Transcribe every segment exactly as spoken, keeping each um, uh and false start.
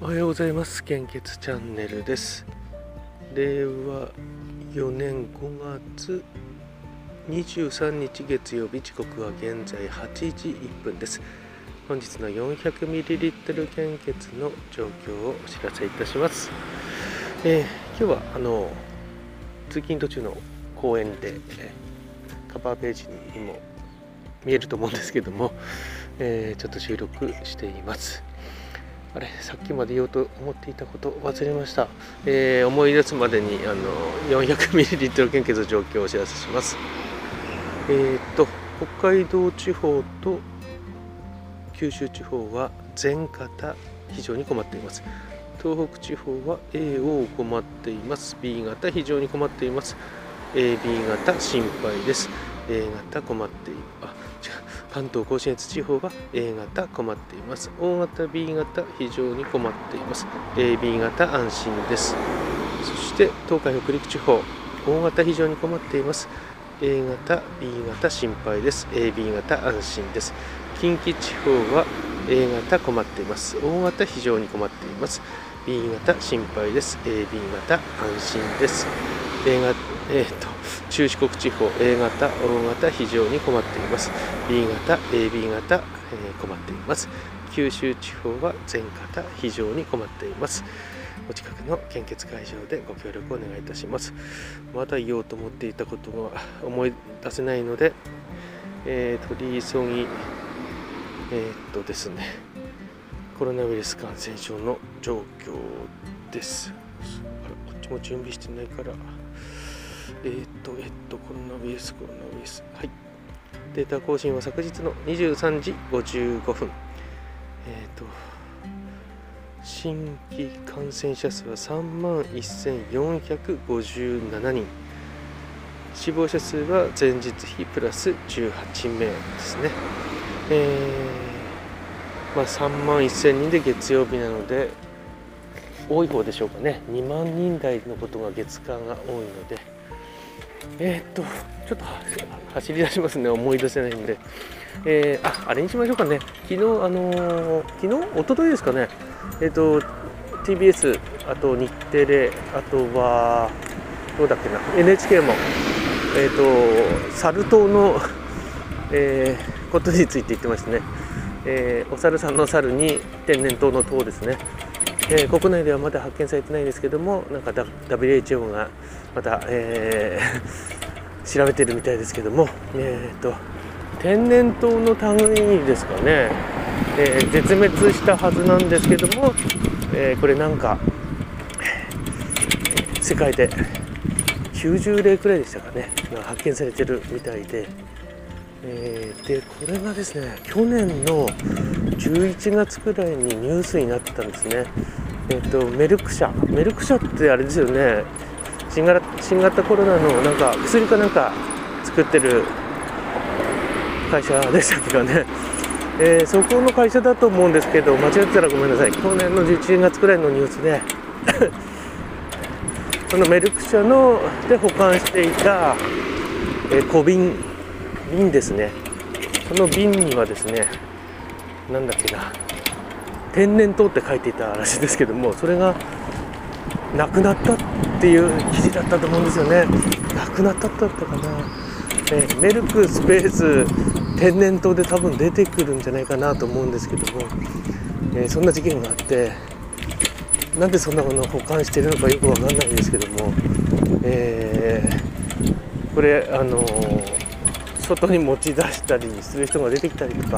おはようございます。献血チャンネルです。れいわよねんごがつにじゅうさんにち月曜日、時刻は現在はちじいっぷんです。本日の よんひゃくミリリットル 献血の状況をお知らせいたします。えー、今日はあの通勤途中の公園で、えー、カバーページにも見えると思うんですけども、えー、ちょっと収録しています。あれ、さっきまで言おうと思っていたこと忘れました。えー、思い出すまでにあの よんひゃくミリリットル 献血の状況をお知らせします。えー、っと北海道地方と九州地方は全型非常に困っています。東北地方は エーオー 困っています。 ビー 型非常に困っています。 エービー 型心配です。 エー 型困っています。関東甲信越地方は A 型困っています。O 型、B 型非常に困っています。エービー 型安心です。そして東海北陸地方 O 型非常に困っています。A 型、B 型心配です。エービー 型安心です。近畿地方は A 型困っています。O 型非常に困っています。B 型心配です。エービー 型安心です。A 型、えーと中四国地方 A 型、O 型非常に困っています。B 型、エービー 型、えー、困っています。九州地方は全型非常に困っています。お近くの献血会場でご協力をお願いいたします。まだ言おうと思っていたことが思い出せないので、えー、取り急ぎえー、っとですねコロナウイルス感染症の状況です。あら、こっちも準備してないからえー、っとえー、っとコロナウイルスコロナウイルスはいデータ更新は昨日のにじゅうさんじごじゅうごふん。えー、っと新規感染者数はさんまんせんよんひゃくごじゅうななにん、死亡者数は前日比プラスじゅうはちめいですね。えー、まあさんまんせんにんで月曜日なので多い方でしょうかね。にまんにん台のことが月間が多いので、えー、っとちょっと走り出しますね。思い出せないんで、えー、ああれにしましょうかね。昨日あのー、昨日一昨日ですかね。えー、っと ティービーエス、 あと日テレ、あとはどうだっけな エヌエイチケー もえー、っとサル痘の、えー、ことについて言ってましたね。えー、お猿さんの猿に天然痘の痘ですね。えー、国内ではまだ発見されてないんですけども、なんか ダブリューエイチオー がまた、えー、調べてるみたいですけども、えー、と天然痘の類ですかね、えー、絶滅したはずなんですけども、えー、これなんか世界できゅうじゅうれいくらいでしたかねが発見されてるみたいで、えー、でこれがですね去年のじゅういちがつくらいにニュースになってたんですね。えー、とメルク社メルク社ってあれですよね、新型、新型コロナのなんか薬かなんか作ってる会社でしたっけかね。えー、そこの会社だと思うんですけど、間違ってたらごめんなさい。去年のじゅういちがつくらいのニュースでそのメルク社ので保管していた、えー、小瓶瓶ですね。その瓶にはですね、なんだっけな、天然痘って書いていたらしいですけども、それがなくなったっていう記事だったと思うんですよね。なくなったってだったかな、えー、メルクスペース天然痘で多分出てくるんじゃないかなと思うんですけども、えー、そんな事件があって、なんでそんなものを保管しているのかよくわかんないんですけども、えー、これあのー、外に持ち出したりする人が出てきたりとか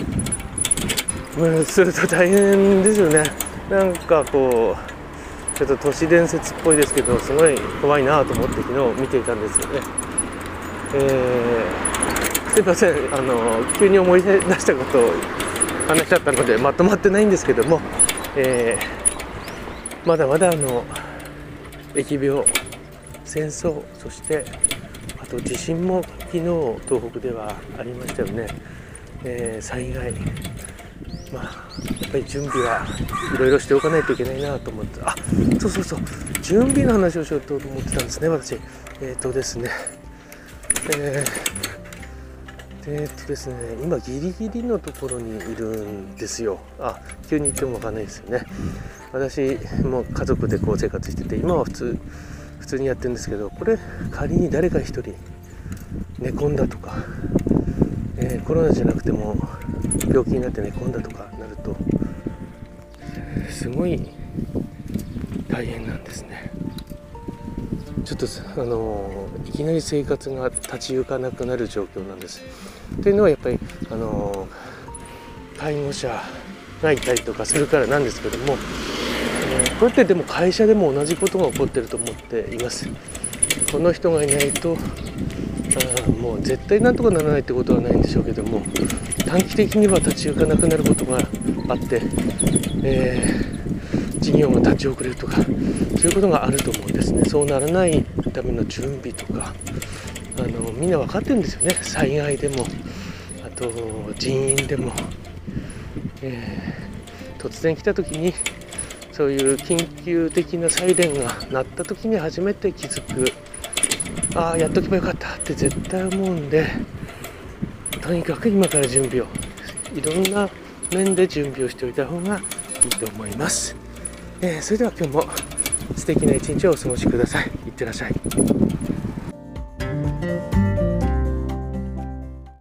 すると大変ですよね。なんかこうちょっと都市伝説っぽいですけど、すごい怖いなと思って昨日見ていたんですよね。えー、すいません、あの急に思い出したことを話しちゃったのでまとまってないんですけども、えー、まだまだあの疫病、戦争、そしてあと地震も昨日東北ではありましたよね。えー、災害、まあ、やっぱり準備はいろいろしておかないといけないなと思って、あ、そうそうそう、準備の話をしようと思ってたんですね、私。えっとですね、ええーっとですね、今ギリギリのところにいるんですよ。あ、急に言ってもわかんないですよね。私も家族でこう生活してて、今は普通普通にやってるんですけど、これ仮に誰か一人寝込んだとか、えー、コロナじゃなくても病気になって寝込んだとかなるとすごい大変なんですね。ちょっとあのいきなり生活が立ち行かなくなる状況なんです。というのはやっぱりあの介護者がいたりとかするからなんですけども、えー、これってでも会社でも同じことが起こってると思っています。この人がいないとあもう絶対なんとかならないってことはないんでしょうけども、短期的には立ち行かなくなることがあって、えー、事業が立ち遅れるとかそういうことがあると思うんですね。そうならないための準備とかあのみんな分かってるんですよね。災害でもあと人員でも、えー、突然来た時にそういう緊急的なサイレンが鳴った時に初めて気づく、ああやっとけばよかったって絶対思うんで、とにかく今から準備をいろんな面で準備をしておいた方がいいと思います。えー、それでは今日も素敵な一日をお過ごしください。いってらっしゃい。